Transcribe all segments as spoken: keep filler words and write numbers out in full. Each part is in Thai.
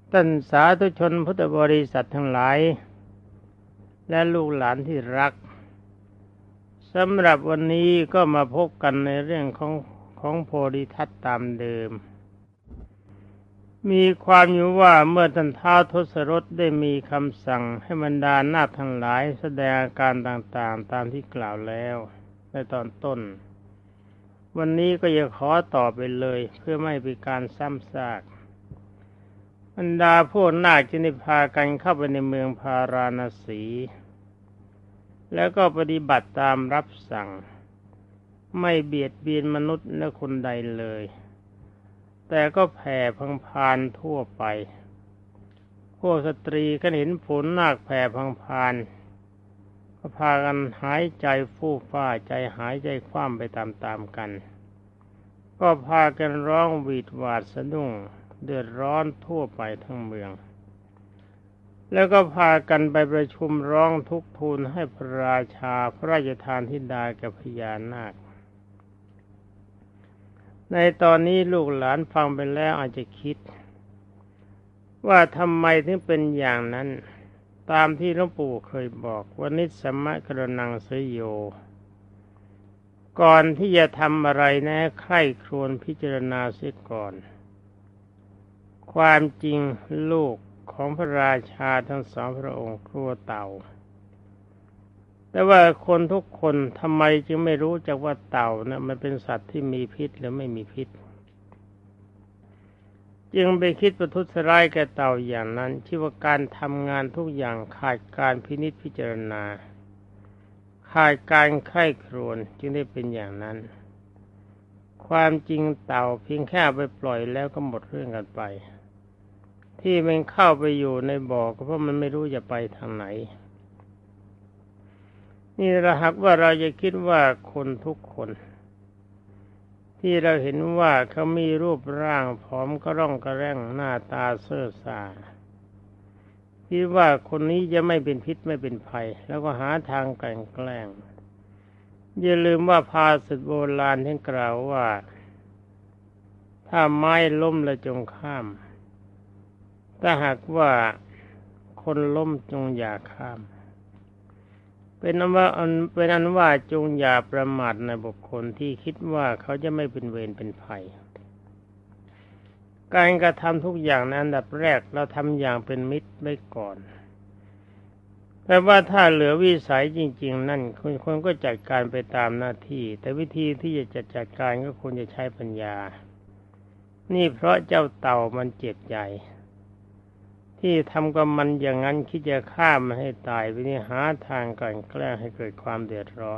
ท่านสาธุชนพุทธบริษัททั้งหลายและลูกหลานที่รักสำหรับวันนี้ก็มาพบกันในเรื่องของของโพธิทัตตามเดิมมีความอยู่ว่าเมื่อท่านท้าวทศรถได้มีคำสั่งให้บรรดานาถทั้งหลายแสดงอาการต่างๆตามที่กล่าวแล้วในตอนต้นวันนี้ก็จะขอต่อไปเลยเพื่อไม่เป็นการซ้ำซากบรรดาพวกนาคจึงได้พากันเข้าไปในเมืองพาราณสีแล้วก็ปฏิบัติตามรับสั่งไม่เบียดเบียนมนุษย์และคนใดเลยแต่ก็แผ่พังพานทั่วไปพวกสตรีก็เห็นผลนาคแผ่พังพานก็พากันหายใจฟู่ฟ้าใจหายใจคว่ำไปตามๆกันก็พากันร้องหวีดหวาดสะดุ้งเดือดร้อนทั่วไปทั้งเมืองแล้วก็พากันไปประชุมร้องทุกข์ทูลให้พระราชาพระราชทานธิดาแก่พญานาคในตอนนี้ลูกหลานฟังไปแล้วอาจจะคิดว่าทำไมถึงเป็นอย่างนั้นตามที่หลวงปู่เคยบอกว่านิสสัมมะกรณังสยโยก่อนที่จะทำอะไรนะใคร่ครวญพิจารณาเสียก่อนความจริงลูกของพระราชาทั้งสองพระองค์กลัวเต่าแต่ว่าคนทุกคนทำไมจึงไม่รู้จักว่าเต่านะมันเป็นสัตว์ที่มีพิษหรือไม่มีพิษจึงไปคิดประทุษร้ายแก่เต่าอย่างนั้นชื่อว่าการทำงานทุกอย่างขาดการพินิจพิจารณาขาดการใคร่ครวญจึงได้เป็นอย่างนั้นความจริงเต่าเพียงแค่ไปปล่อยแล้วก็หมดเรื่องกันไปที่มันเข้าไปอยู่ในบ่อก็เพราะมันไม่รู้จะไปทางไหนนี่ละหากว่าเราจะคิดว่าคนทุกคนที่เราเห็นว่าเขามีรูปร่างผอมกระร่องกระแร่งหน้าตาเซ่อซ่าคิดว่าคนนี้จะไม่เป็นพิษไม่เป็นภัยแล้วก็หาทางกลั่นแกล้งอย่าลืมว่าภาษิตโบราณที่กล่าวว่าถ้าไม้ล้มแล้วจงข้ามถ้าหากว่าคนล้มจงอย่าข้ามเป็นอันว่าเป็นอันว่าจงอย่าประมาทในบุคคลที่คิดว่าเขาจะไม่เป็นเวรเป็นภัยการกระทำทุกอย่างในอันดับแรกเราทำอย่างเป็นมิตรไว้ก่อนแต่ว่าถ้าเหลือวิสัยจริงๆนั่นคนคนก็จัดการไปตามหน้าที่แต่วิธีที่จะจัดจัดการก็ควรจะใช้ปัญญานี่เพราะเจ้าเต่ามันเจ็บใจที่ทำกับมันอย่างนั้นคิดจะฆ่ามันให้ตายไปนี่หาทางกลั่นแกล้งให้เกิดความเดือดร้อน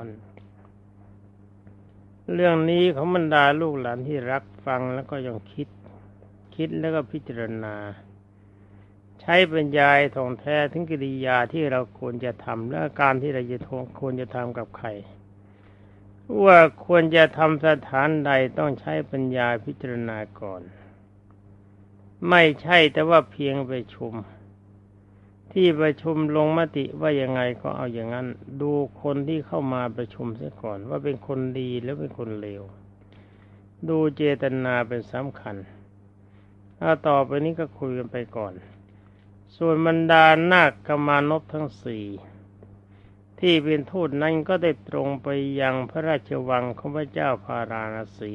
เรื่องนี้ของบรรดาลูกหลานที่รักฟังแล้วก็ยังคิดคิดแล้วก็พิจารณาใช้ปัญญาท่องแท้ถึงกิริยาที่เราควรจะทำและการที่เราจะควรจะทำกับใครว่าควรจะทำสถานใดต้องใช้ปัญญาพิจารณาก่อนไม่ใช่แต่ว่าเพียงประชุมที่ประชุมลงมติว่ายังไงก็เอาอย่างนั้นดูคนที่เข้ามาประชุมเสียก่อนว่าเป็นคนดีหรือเป็นคนเลวดูเจตนาเป็นสำคัญถ้าต่อไปนี้ก็คุยกันไปก่อนส่วนบรรดานาคกมานพทั้งสี่ที่เป็นทูตนั้นก็ได้ตรงไปยังพระราชวังของพระเจ้าพาราณสี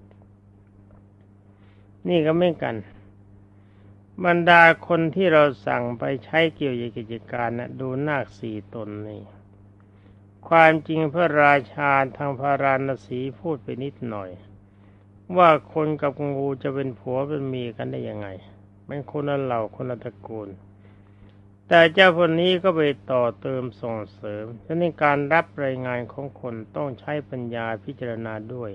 นี่ก็ไม่กันบรรดาคนที่เราสั่งไปใช้เกี่ยวกับกิจการนะดูนาคสี่ตนนี่ความจริงพระราชาทางพาราณสีพูดไปนิดหน่อยว่าคนกับงูจะเป็นผัวเป็นเมียกันได้ยังไงเป็นคนละเหล่าคนละตระกูลแต่เจ้าคนนี้ก็ไปต่อเติมส่งเสริมฉะนั้นการรับรายงานของคนต้องใช้ปัญญาพิจารณาด้วย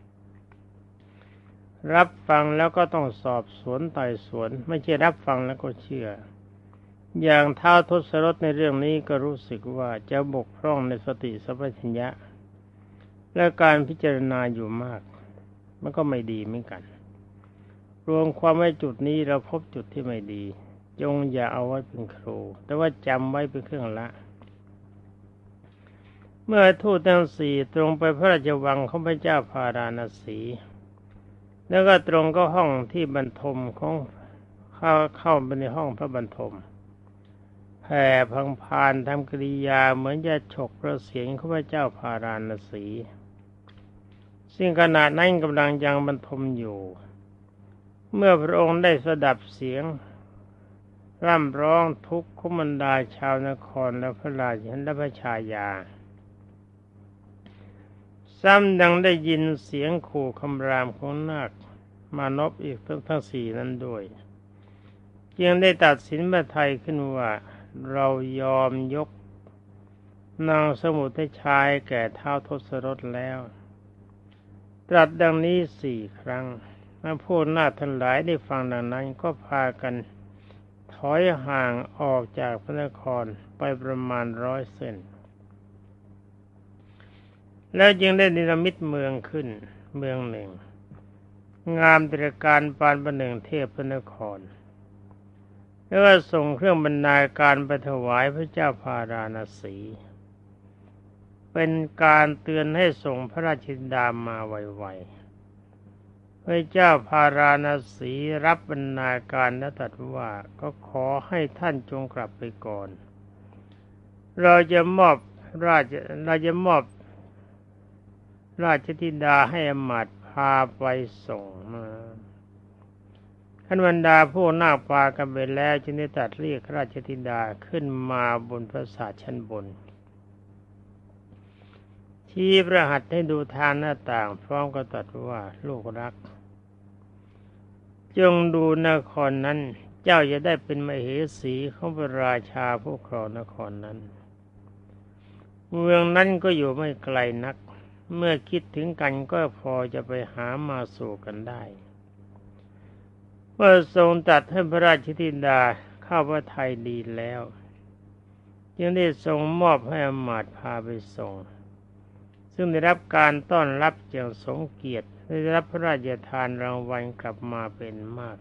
รับฟังแล้วก็ต้องสอบสวนไต่สวนไม่ใช่รับฟังแล้วก็เชื่ออย่างท้าวทศรถในเรื่องนี้ก็รู้สึกว่าจะบกพร่องในสติสัมปชัญญะและการพิจารณาอยู่มากมันก็ไม่ดีเหมือนกันรวมความไว้จุดนี้เราพบจุดที่ไม่ดีจงอย่าเอาไว้เป็นครูแต่ว่าจำไว้เป็นเครื่องละเมื่อทูตทั้งสี่ตรงไปพระราชวังของพระเจ้าพาราณสีแล้วก็ตรงก็ห้องที่บรรทมของขเข้าเข้าไปในห้องพระบรรทมแผ่พังพานทำกริยาเหมือนจะฉกพระเศียรของพระเจ้าพาราณสีซึ่งขณะนั้นกำลังยังบรรทมอยู่เมื่อพระองค์ได้สดับเสียงร่ำร้องทุกข์ของบรรดาชาวนครและพระราชและพระชายาซ้ำดังได้ยินเสียงขู่คำรามของนาคมานพอีกทั้งทั้งสี่นั้นด้วยจึงได้ตัดสินพระทัยขึ้นว่าเรายอมยกนางสมุทัยชายแก่ท้าวทศรถแล้วตรัสดังนี้สี่ครั้งเมื่อพวกนาคทั้งหลายได้ฟังดังนั้นก็พากันถอยห่างออกจากพระนครไปประมาณร้อยเศนแล้วจึงได้นิรมิตเมืองขึ้นเมืองหนึ่งงามตระการปานประหนึ่งเทพพระนครแล้วก็ส่งเครื่องบรรณาการไปถวายพระเจ้าพาราณสีเป็นการเตือนให้ส่งพระราชธิดามาไวๆพระเจ้าพาราณสีรับบรรณาการและตรัสว่าก็ขอให้ท่านจงกลับไปก่อนเราจะมอบราชเราจะมอบราชธิดาให้อมาตย์พาไปส่งมาท่านบรรดาผู้นาคพากันไปแล้วจึงได้ตรัสเรียกราชธิดาขึ้นมาบนปราสาทชั้นบนชี้พระหัตถ์ให้ดูทางหน้าต่างพร้อมกับตรัสว่าลูกรักจงดูนครนั้นเจ้าจะได้เป็นมเหสีของพระราชาผู้ครองนครนั้นเมืองนั้นก็อยู่ไม่ไกลนักเมื่อคิดถึงกันก็พอจะไปหามาสู่กันได้เมื่อทรงตรัสให้พระราชธิดาเข้าพระทัยดีแล้วจึงได้ทรงมอบให้อมาตย์พาไปส่งซึ่งได้รับการต้อนรับอย่างสมเกียรติได้รับพระราชทานรางวัลกลับมาเป็นมาก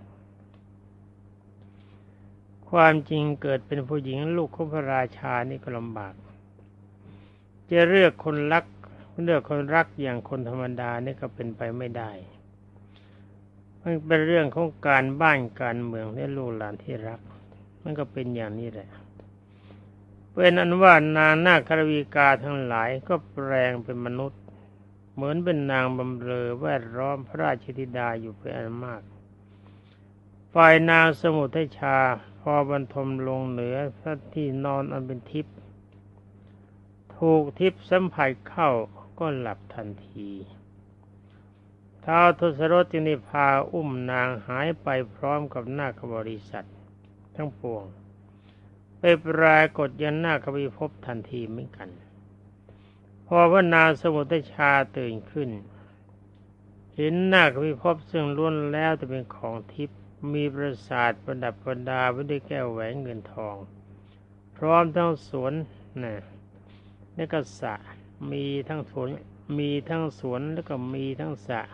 ความจริงเกิดเป็นผู้หญิงลูกของพระราชานี่ก็ลำบากจะเลือกคนรักเลือกคนรักอย่างคนธรรมดานี่ก็เป็นไปไม่ได้มันเป็นเรื่องของการบ้านการเมืองและลูกหลานที่รักมันก็เป็นอย่างนี้แหละเป็นอันว่านางนาควีกาทั้งหลายก็แปลงเป็นมนุษย์เหมือนเป็นนางบำเรอแวดล้อมพระราชธิดาอยู่เป็นอันมากฝ่ายนางสมุทัยชาพอบรรทมลงเหนือพระที่นอนอันเป็นทิพย์ถูกทิพย์สัมผัสเข้าก็หลับทันทีท้าวทศรถจึงได้พาอุ้มนางหายไปพร้อมกับนาคบริษัททั้งปวงไปปรากฏยังนาควิภพทันทีเหมือนกันพอพระนางสมุทัยชาตื่นขึ้นเห็นนาควิภพซึ่งล้วนแล้วแต่เป็นของทิพย์มีปราสาทประดับประดาไว้ด้วยแก้วแหวนเงินทองพร้อมทั้งสวนนะและก็สระมีทั้งสวนมีทั้งสวนแล้วก็มีทั้งสระ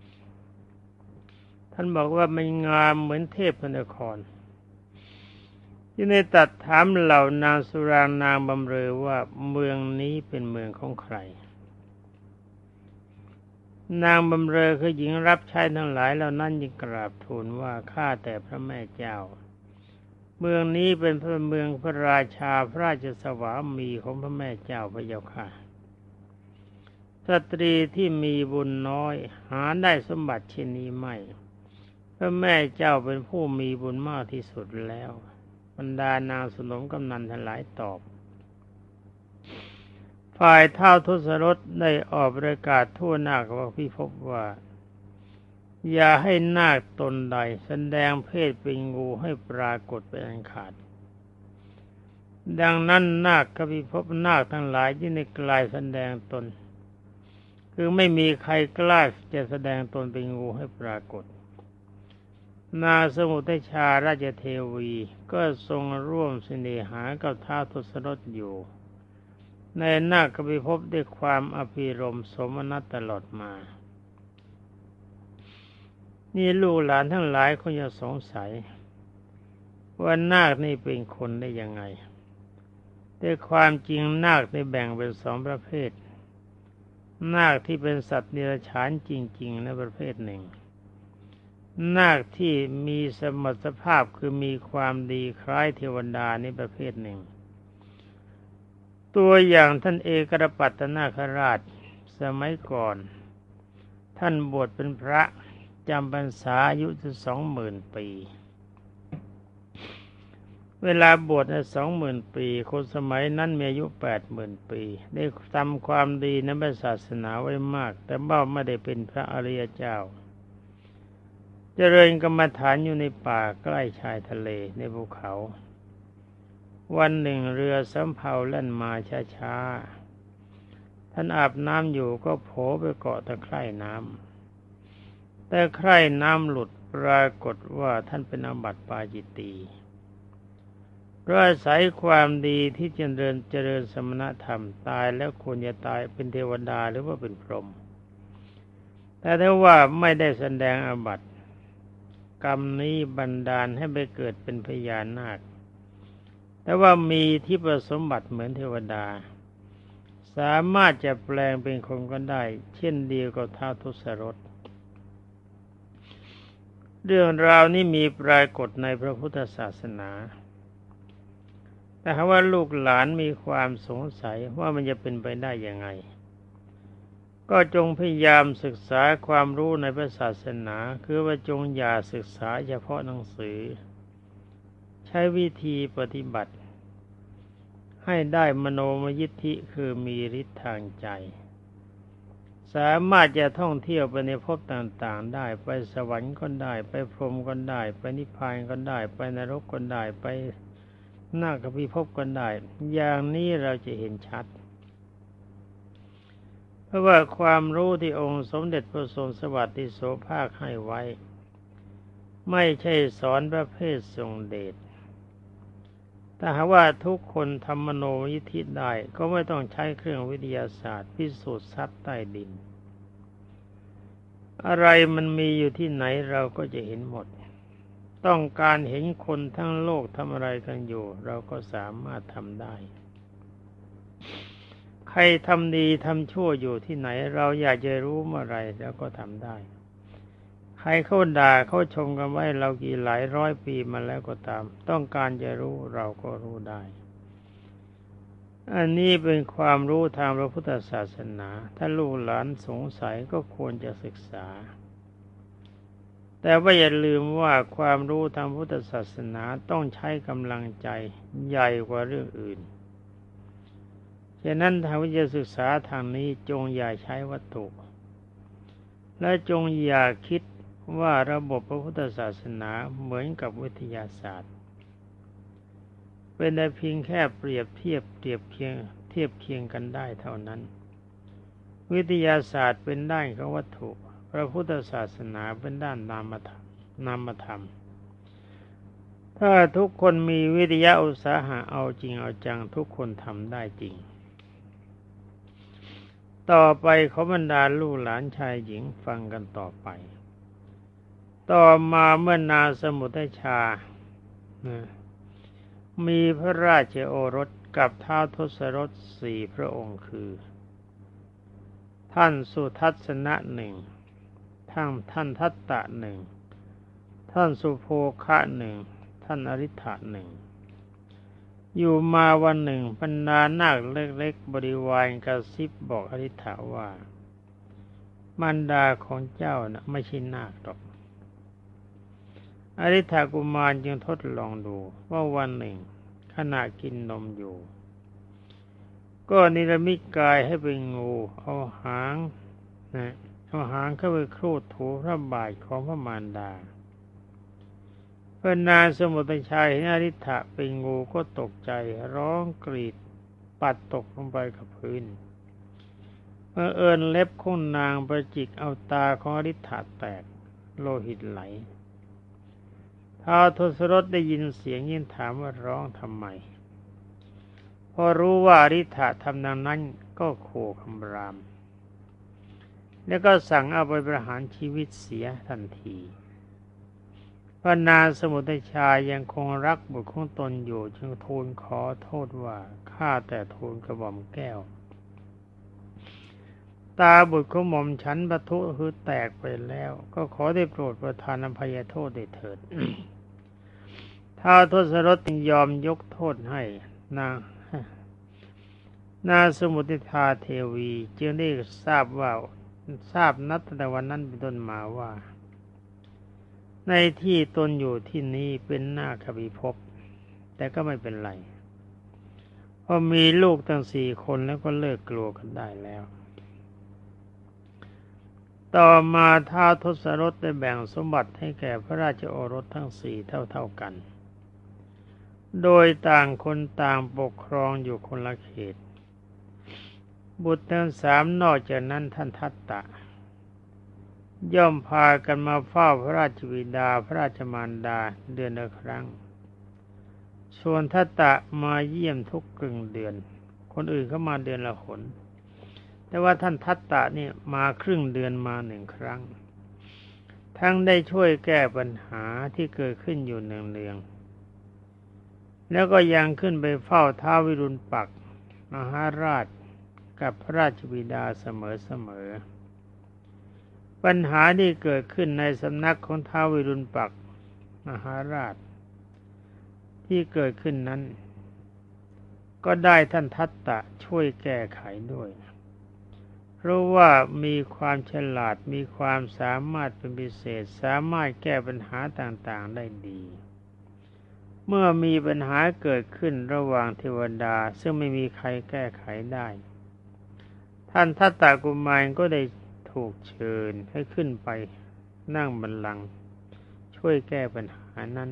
ท่านบอกว่ามันงามเหมือนเทพพระนครที่ได้ตัดถามเหล่านางสุรางนางบำเรอว่าเมืองนี้เป็นเมืองของใครนางบำเรอคือหญิงรับใช้ทั้งหลายเหล่านั้นจึงกราบทูลว่าข้าแต่พระแม่เจ้าเมืองนี้เป็นพระเมืองพระราชาพระราชสวามีของพระแม่เจ้าพระเจ้าค่ะสตรีที่มีบุญน้อยหาได้สมบัติเช่นนี้ไม่พระแม่เจ้าเป็นผู้มีบุญมากที่สุดแล้วบรรดานางสนมกำนันทั้งหลายตอบฝ่ายท้าวทศรถได้ออกประกาศทั่วนาคพิภพว่าอย่าให้นาคตนใดแสดงเพศเป็นงูให้ปรากฏเป็นอันขาดดังนั้นนาคพิภพนาคทั้งหลายที่ในกลายแสดงตนคือไม่มีใครกล้าจะแสดงตนเป็นงูให้ปรากฏนางสมุทัยชาราชเทวีก็ทรงร่วมเสน่หากับท้าวทศรถอยู่ในนาคพิภพด้วยความอภิรมย์สมนัสตลอดมานี่ลูกหลานทั้งหลายคงจะสงสัยว่านาคนี่เป็นคนได้ยังไงแต่ความจริงนาคนี่แบ่งเป็นสองประเภทนาคที่เป็นสัตว์เดรัจฉานจริงๆและประเภทหนึ่งนาคที่มีสมรรถภาพคือมีความดีคล้ายเทวดานี่ประเภทหนึ่งตัวอย่างท่านเอกรปัตตนาคราชสมัยก่อนท่านบวชเป็นพระจำพรรษาอายุถึงสองหมื่นปีเวลาบวชในสองหมื่นปีคนสมัยนั้นมีอายุแปดหมื่นปีได้ทำความดีในพระศาสนาไว้มากแต่เบ้าไม่ได้เป็นพระอริยเจ้าเจริญกรรมฐานอยู่ในป่าใกล้ชายทะเลในภูเขาวันหนึ่งเรือสำเภาแล่นมาช้าๆท่านอาบน้ำอยู่ก็โผล่ไปเกาะตะไคร่น้ำแต่ไคร่น้ำหลุดปรากฏว่าท่านเป็นอาบัติปาจิตตีเพราะอาศัยความดีที่เจริญเจริญสมณธรรมตายแล้วควรจะตายเป็นเทวดาหรือว่าเป็นพรหมแต่ถ้าว่าไม่ได้แสดงอาบัติกรรมนี้บันดาลให้ไปเกิดเป็นพญานาคแต่ว่ามีที่ประสมบัติเหมือนเทวดาสามารถจะแปลงเป็นคนก็ได้เช่นเดียวกับท้าวทศรถเรื่องราวนี้มีปรากฏในพระพุทธศาสนาแต่หากว่าลูกหลานมีความสงสัยว่ามันจะเป็นไปได้ยังไงก็จงพยายามศึกษาความรู้ในพระศาสนาคือว่าจงอย่าศึกษาเฉพาะหนังสือใช้วิธีปฏิบัติให้ได้มโนมยิทธิคือมีฤทธิ์ทางใจสามารถจะท่องเที่ยวไปในภพต่างๆได้ไปสวรรค์ก็ได้ไปพรหมก็ได้ไปนิพพานก็ได้ไปนรกก็ได้ไปนาคพิภพก็ได้อย่างนี้เราจะเห็นชัดเพราะว่าความรู้ที่องค์สมเด็จพระทรงสวัสดิโสภาคให้ไว้ไม่ใช่สอนประเภททรงเดชแต่หากว่าทุกคนทำมโนยิทธิได้ก็ไม่ต้องใช้เครื่องวิทยาศาสตร์พิสูจน์ทรัพย์ใต้ดินอะไรมันมีอยู่ที่ไหนเราก็จะเห็นหมดต้องการเห็นคนทั้งโลกทำอะไรกันอยู่เราก็สามารถทำได้ใครทำดีทำชั่วอยู่ที่ไหนเราอยากจะรู้เมื่อไรเราก็ทำได้ใครเขาด่าเขาชมกันไว้เรากี่หลายร้อยปีมาแล้วก็ตามต้องการจะรู้เราก็รู้ได้อันนี้เป็นความรู้ทางพระพุทธศาสนาถ้าลูกหลานสงสัยก็ควรจะศึกษาแต่ว่าอย่าลืมว่าความรู้ทางพุทธศาสนาต้องใช้กำลังใจใหญ่กว่าเรื่องอื่นฉะนั้นถ้าวิทยาศึกษาทางนี้จงอย่าใช้วัตถุและจงอย่าคิดว่าระบบพระพุทธศาสนาเหมือนกับวิทยาศาสตร์เป็นแต่เพียงแค่เปรียบเทียบเทียบเคียงเทียบเคียงกันได้เท่านั้นวิทยาศาสตร์เป็นด้านของวัตถุพระพุทธศาสนาเป็นด้านนามธรรมนามธรรมถ้าทุกคนมีวิทยาอุตสาหะเอาจริงเอาจังทุกคนทำได้จริงต่อไปขอบรรดาลูกหลานชายหญิงฟังกันต่อไปต่อมาเมื่อนางสมุทัยชามีพระราชโอรสกับท้าวทศรถสี่พระองค์คือท่านสุทัศนะหนึ่งท่านท่านทัตตะหนึ่งท่านสุโภคะหนึ่งท่านอริ t หนึ่งอยู่มาวันหนึ่งบรรดานาคเล็กๆบริวารกระซิบบอกอริ t ว่ามารดาของเจ้านะไม่ใช่นาคหรอกอริ t กุมารจึงทดลองดูว่าวันหนึ่งขณะกินนมอยู่ก็นิรมิตกายให้เป็นงูเอาหางนะเอาหางเข้าไปครูดถูพระบาทของพระมารดาเพื่อนนางสมุทัยชาเห็นอริ t เป็นงูก็ตกใจร้องกรีดปัดตกลงไปกับพื้นเมื่อเอิญเล็บของนางประจิกเอาตาของอริ t แตกโลหิตไหลท้าวทศรถได้ยินเสียงยิ่งถามว่าร้องทำไมพอรู้ว่าอริ t ทำดังนั้นก็โข่คำรามแล้วก็สั่งเอาไปประหารชีวิตเสียทันทีพระนางสมุทัยชายังคงรักบุตรของตนอยู่จึงทูลขอโทษว่าข้าแต่ทูลกระหม่อมแก้วตาบุตรของหม่อมฉันปะทุคือแตกไปแล้วก็ขอได้โปรดประทานอภัยโทษได้เถิด ท้าวทศรถยอมยกโทษให้นางนางสมุทิทาเทวีจึงได้ทราบว่าทราบนับตั้งแต่วันนั้นเป็นต้นมาว่าในที่ตนอยู่ที่นี้เป็นนาคภิภพแต่ก็ไม่เป็นไรเพราะมีลูกตั้งสี่คนแล้วก็เลิกกลัวกันได้แล้วต่อมาท้าวทศรถได้แบ่งสมบัติให้แก่พระราชโอรสทั้งสี่เท่าๆกันโดยต่างคนต่างปกครองอยู่คนละเขตบุตรทั้งสามนอกจากนั้นท่านทัตตะย่อมพากันมาเฝ้าพระราชบิดาพระราชมารดาเดือนละครั้งส่วนทัตตะมาเยี่ยมทุกกึ่งเดือนคนอื่นเขามาเดือนละหนแต่ว่าท่านทัตตะนี่มาครึ่งเดือนมาหนึ่งครั้งทั้งได้ช่วยแก้ปัญหาที่เกิดขึ้นอยู่เนืองๆแล้วก็ยังขึ้นไปเฝ้าท้าววิรุฬปักษ์มหาราชกับพระราชบิดาเสมอๆปัญหาที่เกิดขึ้นในสำนักของท้าววิรุฬปักษ์มหาราชที่เกิดขึ้นนั้นก็ได้ท่านทัตตะช่วยแก้ไขด้วยเพราะว่ามีความฉลาดมีความสามารถเป็นพิเศษสามารถแก้ปัญหาต่างๆได้ดีเมื่อมีปัญหาเกิดขึ้นระหว่างเทวดาซึ่งไม่มีใครแก้ไขได้ท่านทัตตะกุมารก็ได้ถูกเชิญให้ขึ้นไปนั่งบัลลังก์ช่วยแก้ปัญหานั้น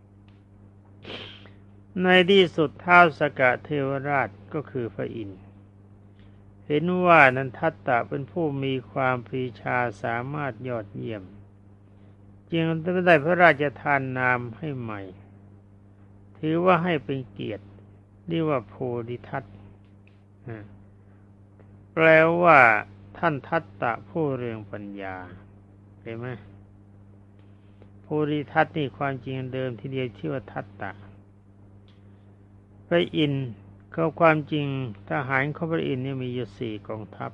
ในที่สุดท้าวสกเทวราชก็คือพระอินทร์เห็นว่านันทัตตะเป็นผู้มีความปรีชาสามารถยอดเยี่ยมจึงได้พระราชทานนามให้ใหม่ถือว่าให้เป็นเกียรติเรียกว่าโพธิทัตแปลว่าท่านทัตตะผู้เรืองปัญญาเห็นไหมโพธิทัตนี่ความจริงเดิมทีเดียวชื่อว่าทัตตะพระอินทร์ก็ความจริงทหารของพระอินทร์นี่มีอยู่สี่กองทัพ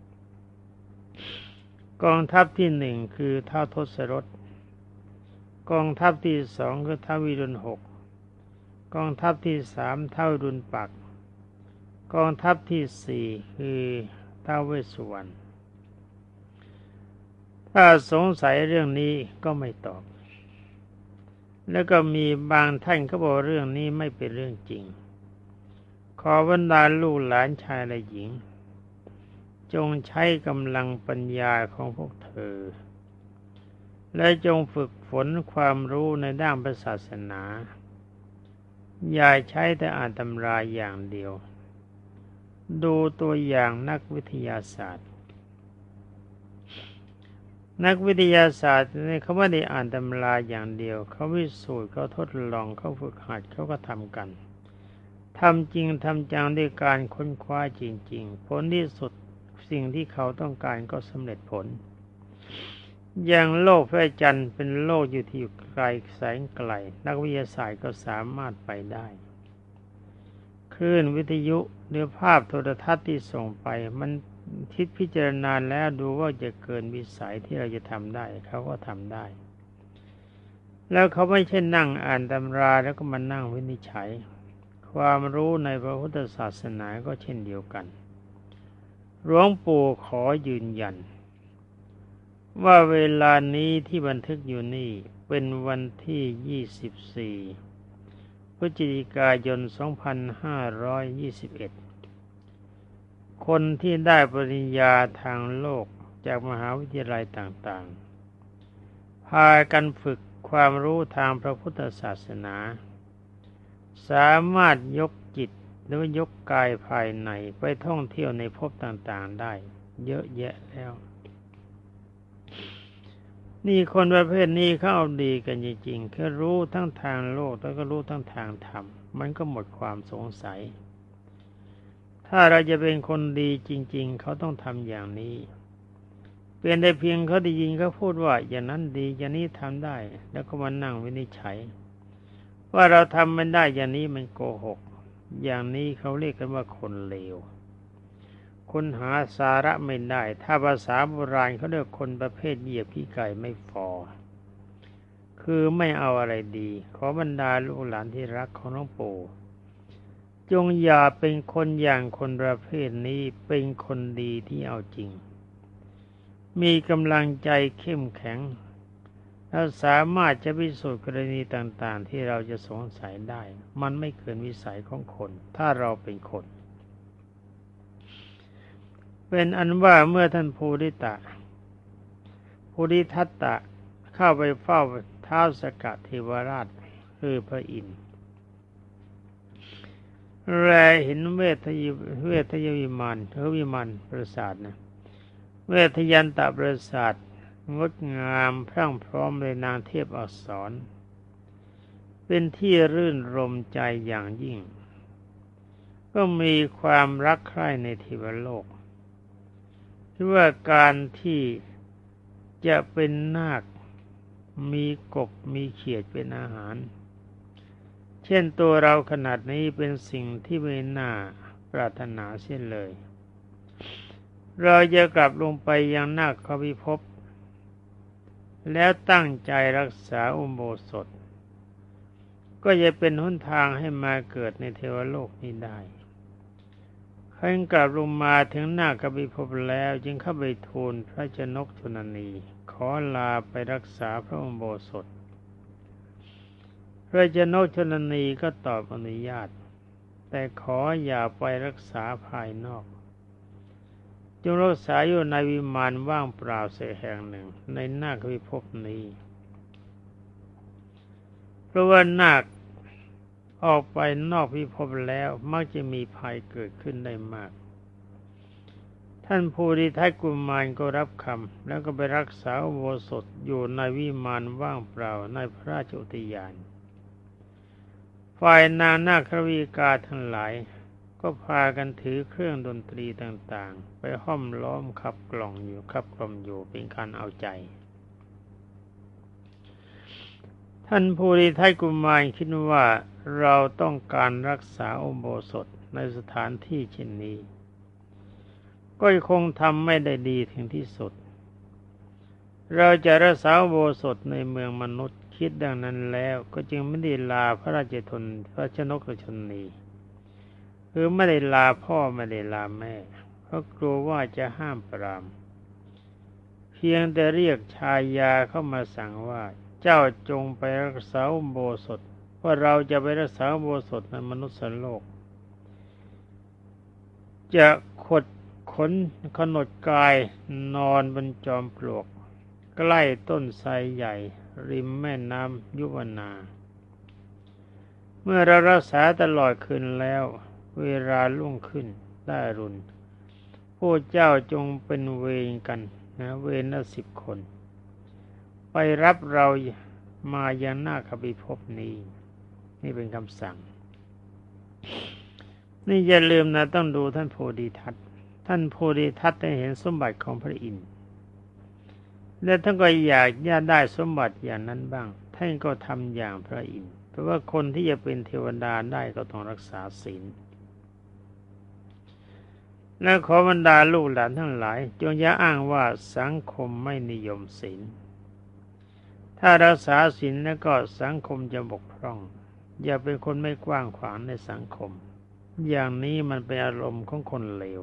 กองทัพที่หนึ่งคือท้าวทศรถกองทัพที่สองคือท้าววิรุฬหกกองทัพที่สามท้าววิรุฬปักษ์กองทัพที่สี่คือท้าวเวสสุวรรณถ้าสงสัยเรื่องนี้ก็ไม่ตอบแล้วก็มีบางท่านก็บอกเรื่องนี้ไม่เป็นเรื่องจริงขอบรรดาลูกหลานชายและหญิงจงใช้กำลังปัญญาของพวกเธอและจงฝึกฝนความรู้ในด้านศาสนาอย่าใช้แต่อ่านตำราอย่างเดียวดูตัวอย่างนักวิทยาศาสตร์นักวิทยาศาสตร์นี่เขาไม่ได้อ่านตำราอย่างเดียวเขาวิสูจน์เขาทดลองเขาฝึกหัดเขาก็ทำกันทำจริงทำจังด้วยการค้นคว้าจริงๆผลที่สุดสิ่งที่เขาต้องการก็สำเร็จผลอย่างโลกพระจันทร์เป็นโลกอยู่ที่ไกลแสนไกลนักวิทยาศาสตร์ก็สามารถไปได้คลื่นวิทยุหรือภาพโทรทัศน์ที่ส่งไปมันคิดพิจารณาแล้วดูว่าจะเกินวิสัยที่เราจะทำได้เขาก็ทำได้แล้วเขาไม่ใช่นั่งอ่านตำราแล้วก็มานั่งวินิจฉัยความรู้ในพระพุทธศาสนาก็เช่นเดียวกันหลวงปู่ขอยืนยันว่าเวลานี้ที่บันทึกอยู่นี่เป็นวันที่ยี่สิบสี่พฤศจิกายนสองพันห้าร้อยยี่สิบเอ็ดคนที่ได้ปริญญาทางโลกจากมหาวิทยาลัยต่างๆพากันฝึกความรู้ทางพระพุทธศาสนาสามารถยกจิตหรือยกกายภายในไปท่องเที่ยวในภพต่างๆได้เยอะแยะแล้วนี่คนประเภทนี้เขาเอาดีกันจริงๆแค่รู้ทั้งทางโลกแล้วก็รู้ทั้งทางธรรมมันก็หมดความสงสัยถ้าเราจะเป็นคนดีจริงๆเขาต้องทำอย่างนี้เปลี่ยนได้เพียงเขาได้ยินเขาพูดว่าอย่างนั้นดีอย่างนี้ทำได้แล้วก็มานั่งวินิจฉัยว่าเราทำมันได้อย่างนี้มันโกหกอย่างนี้เขาเรียกกันว่าคนเลวคนหาสาระไม่ได้ถ้าภาษาโบราณเขาเรียกคนประเภทเหยียบขี้ไก่ไม่ฟอคือไม่เอาอะไรดีขอบรรดาลูกหลานที่รักของหลวงปู่จงอย่าเป็นคนอย่างคนประเภทนี้เป็นคนดีที่เอาจริงมีกำลังใจเข้มแข็งแล้วสามารถจะพิสูจน์กรณีต่างๆที่เราจะสงสัยได้มันไม่เกินวิสัยของคนถ้าเราเป็นคนเป็นอันว่าเมื่อท่านภูริตะภูริทัตตะเข้าไปเฝ้าท้าวสกเทวราชคือพระอินทร์แลเห็นเวทยเวทยวิมานเทวิมานปราสาทนะเวทยันตปราสาทงดงามพรั่งพร้อมเลยนางเทพอักษรเป็นที่รื่นรมใจอย่างยิ่งก็มีความรักใคร่ในเทวโลกที่ว่าการที่จะเป็นนาคมีกบมีเขียดเป็นอาหารเช่นตัวเราขนาดนี้เป็นสิ่งที่ไม่น่าปรารถนาเสียเลยเราจะกลับลงไปยังนาคพิภพแล้วตั้งใจรักษาอุโบสถก็จะเป็นหนทางให้มาเกิดในเทวโลกนี้ได้ครั้นกลับลงมาถึงนาคพิภพแล้วจึงเข้าไปทูลพระชนกชนนีขอลาไปรักษาพระอุโบสถพระชนกชนนีก็ตอบอนุญาตแต่ขออย่าไปรักษาภายนอกจงรักษาอยู่ในวิมานว่างเปล่าเสียแห่งหนึ่งในนาคพิภพนี้เพราะว่านาคออกไปนอกพิภพแล้วมักจะมีภัยเกิดขึ้นได้มากท่านภูริทัตกุมารก็รับคำแล้วก็ไปรักษาอุโบสถอยู่ในวิมานว่างเปล่าในพระราชอุทยานฝ่ายนางนาควิกาทั้งหลายก็พากันถือเครื่องดนตรีต่างๆไปห้อมล้อมขับกล่อมอยู่ขับกล่อมอยู่เป็นการเอาใจท่านภูริทัตกุมารคิดว่าเราต้องการรักษาอุโบสถในสถานที่เช่นนี้ก็คงทำไม่ได้ดีถึงที่สุดเราจะรักษาอุโบสถในเมืองมนุษย์คิดดังนั้นแล้วก็จึงไม่ได้ลาพระราชทนพระชนกชนีคือไม่ได้ลาพ่อไม่ได้ลาแม่เพราะกลัวว่าจะห้ามปรามเพียงแต่เรียกชายาเข้ามาสั่งว่าเจ้าจงไปรักษาอุโบสถว่าเราจะไปรักษาอุโบสถในมนุษย์โลกจะขดขนขนดกายนอนบนจอมปลวกใกล้ต้นไทรใหญ่ริมแม่น้ำยุวนาเมื่อเรารักษาตลอดคืนแล้วเวลารุ่งขึ้นได้รุนพวกเจ้าจงเป็นเวรกันนะเวรละสิบคนไปรับเรามายังนาคพิภพนี้นี่เป็นคำสั่งนี่อย่าลืมนะต้องดูท่านโพธิทัตท่านโพธิทัตได้เห็นสมบัติของพระอินทร์และท่านก็อยากจะได้สมบัติอย่างนั้นบ้างท่านก็ทำอย่างพระอินทร์เพราะว่าคนที่จะเป็นเทวดาได้ก็ต้องรักษาศีลและขอบรรดาลูกหลานทั้งหลายจงอย่าอ้างว่าสังคมไม่นิยมศีลถ้ารักษาศีลแล้วก็สังคมจะบกพร่องอย่าเป็นคนไม่กว้างขวางในสังคมอย่างนี้มันเป็นอารมณ์ของคนเลว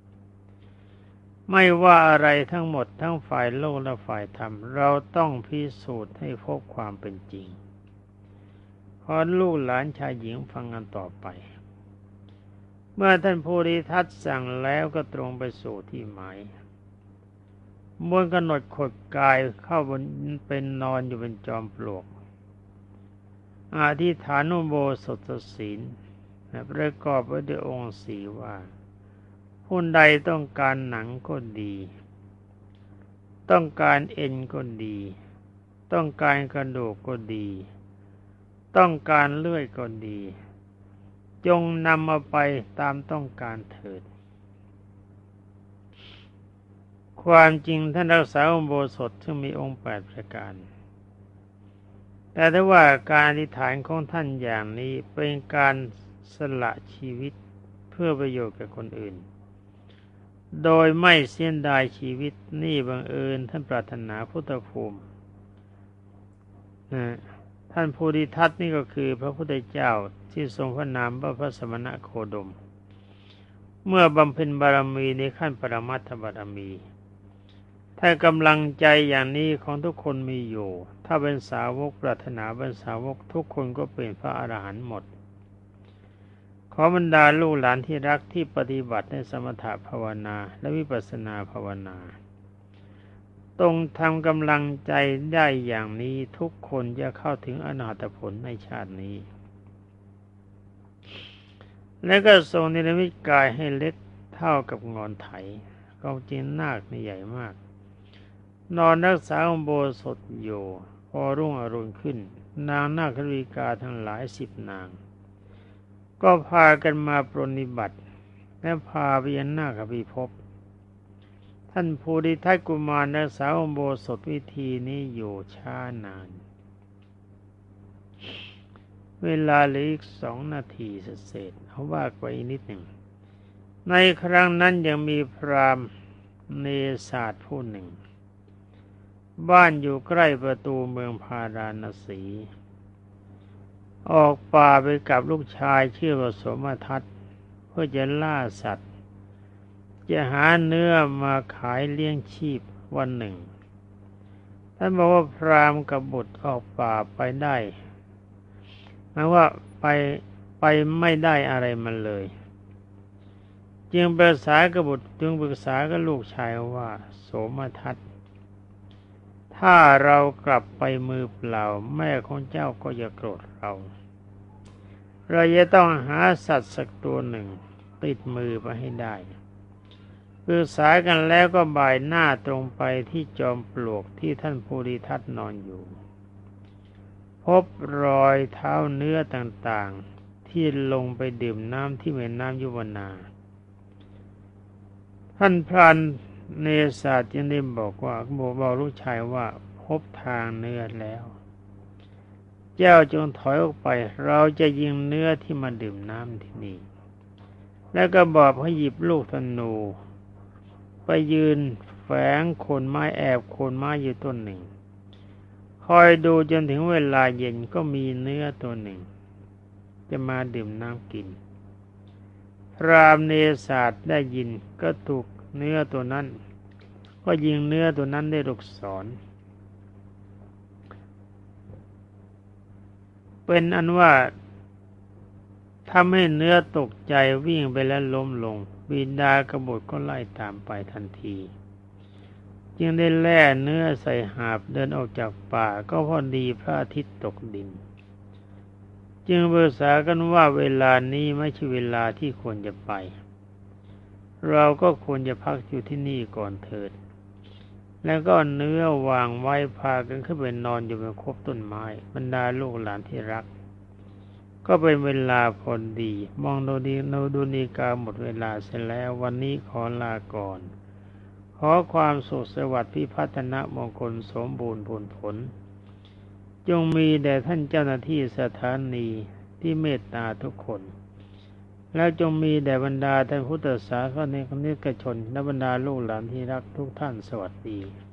ไม่ว่าอะไรทั้งหมดทั้งฝ่ายโลกและฝ่ายธรรมเราต้องพิสูจน์ให้พบความเป็นจริงขอลูกหลานชายหญิงฟังกันต่อไปเมื่อท่านภูริทัตสั่งแล้วก็ตรงไปสู่ที่หมายมวลกำหนดขดกายเข้าบนเป็นนอนอยู่บนจอมปลวกอธิษฐานุโบสถศีลประกอบไว้ด้วยองค์สี่ว่าผู้ใดต้องการหนังก็ดีต้องการเอ็นก็ดีต้องการกระดูกก็ดีต้องการเลือดก็ดีจงนำมาไปตามต้องการเถิดความจริงท่านรักษาอุโบสถซึ่งมีองค์แปดประการแต่ถ้าว่าการอธิษฐานของท่านอย่างนี้เป็นการสละชีวิตเพื่อประโยชน์แก่คนอื่นโดยไม่เสียดายชีวิตนี่บังเอิญท่านปรารถนาพุทธภูมินะท่านโพธิทัตนี่ก็คือพระพุทธเจ้าที่ทรงพระนามว่าพระสมณโคดมเมื่อบำเพ็ญบารมีในขั้นปรมัตถบารมีถ้ากำลังใจอย่างนี้ของทุกคนมีอยู่ถ้าเป็นสาวกปรารถนาเป็นสาวกทุกคนก็เป็นพระอรหันต์หมดขอบรรดาลูกหลานที่รักที่ปฏิบัติในสมถภาวนาและวิปัสสนาภาวนาต้องทำกำลังใจได้อย่างนี้ทุกคนจะเข้าถึงอรหัตผลในชาตินี้และก็ทรงนิรมิตกายให้เล็กเท่ากับงอนไถก็จริงนาคนี่ใหญ่มากนอนรักษาอุโบสถอยู่พอรุ่งอรุณขึ้นนางนาคริกาทั้งหลายสิบนางก็พากันมาปรนนิบัติและพาไปยังนาคพิภพท่านโพธิทัตกุมารรักษาอุโบสถวิธีนี้อยู่ช้านานเวลาเหลืออีกสองนาทีเศษๆเขาว่าไปอีกนิดหนึ่งในครั้งนั้นยังมีพราหมณ์เนศาสตร์ผู้หนึ่งบ้านอยู่ใกล้ประตูเมืองพาราณสีออกป่าไปกับลูกชายชื่อว่าโสมทัตเพื่อจะล่าสัตว์จะหาเนื้อมาขายเลี้ยงชีพวันหนึ่งท่านบอกว่าพราหมณ์กับบุตรออกป่าไปได้หมายว่าไปไปไม่ได้อะไรมันเลยจึงปรึกษากับบุตรจึงปรึกษากับลูกชายว่าโสมทัตถ้าเรากลับไปมือเปล่าแม่ของเจ้าก็จะโกรธเราเราจะต้องหาสัตว์สักตัวหนึ่งติดมือไปให้ได้ปรึกษากันแล้วก็บ่ายหน้าตรงไปที่จอมปลวกที่ท่านโพธิทัตนอนอยู่พบรอยเท้าเนื้อต่างๆที่ลงไปดื่มน้ำที่แม่น้ำยุวนาท่านพรานเนศาสตร์จึงได้บอกว่าบอกลูกชายว่าพบทางเนื้อแล้วเจ้าจงถอยออกไปเราจะยิงเนื้อที่มาดื่มน้ำที่นี่แล้วก็บอกให้หยิบลูกธนูไปยืนแฝงโคนไม้แอบโคนไม้อยู่ต้นหนึ่งคอยดูจนถึงเวลาเย็นก็มีเนื้อตัวหนึ่งจะมาดื่มน้ำกินพราหมณ์เนศาสตร์ได้ยินก็ถูกเนื้อตัวนั้นก็ยิงเนื้อตัวนั้นได้ลูกศรเป็นอันว่าทำให้เนื้อตกใจวิ่งไปแล้วล้มลงบิดากบฏก็ไล่ตามไปทันทีจึงได้แล่เนื้อใส่หาบเดินออกจากป่าก็พอดีพระอาทิตย์ตกดินจึงปรึกษากันว่าเวลานี้ไม่ใช่เวลาที่ควรจะไปเราก็ควรจะพักอยู่ที่นี่ก่อนเถิดแล้วก็เนื้อวางไว้พากันขึ้นไปนอนอยู่บนคบต้นไม้บรรดาลูกหลานที่รักก็เป็นเวลาพอดีมองดูดีโนดูนีกาหมดเวลาเสร็จแล้ววันนี้ขอลาก่อนขอความสุขสวัสดิ์พิพัฒนมงคลสมบูรณ์ผลผลจงมีแด่ท่านเจ้าหน้าที่สถานีที่เมตตาทุกคนแล้วจงมีแด่บรรดาท่านพุทธศาสนิกชนและบรรดาลูกหลานที่รักทุกท่านสวัสดี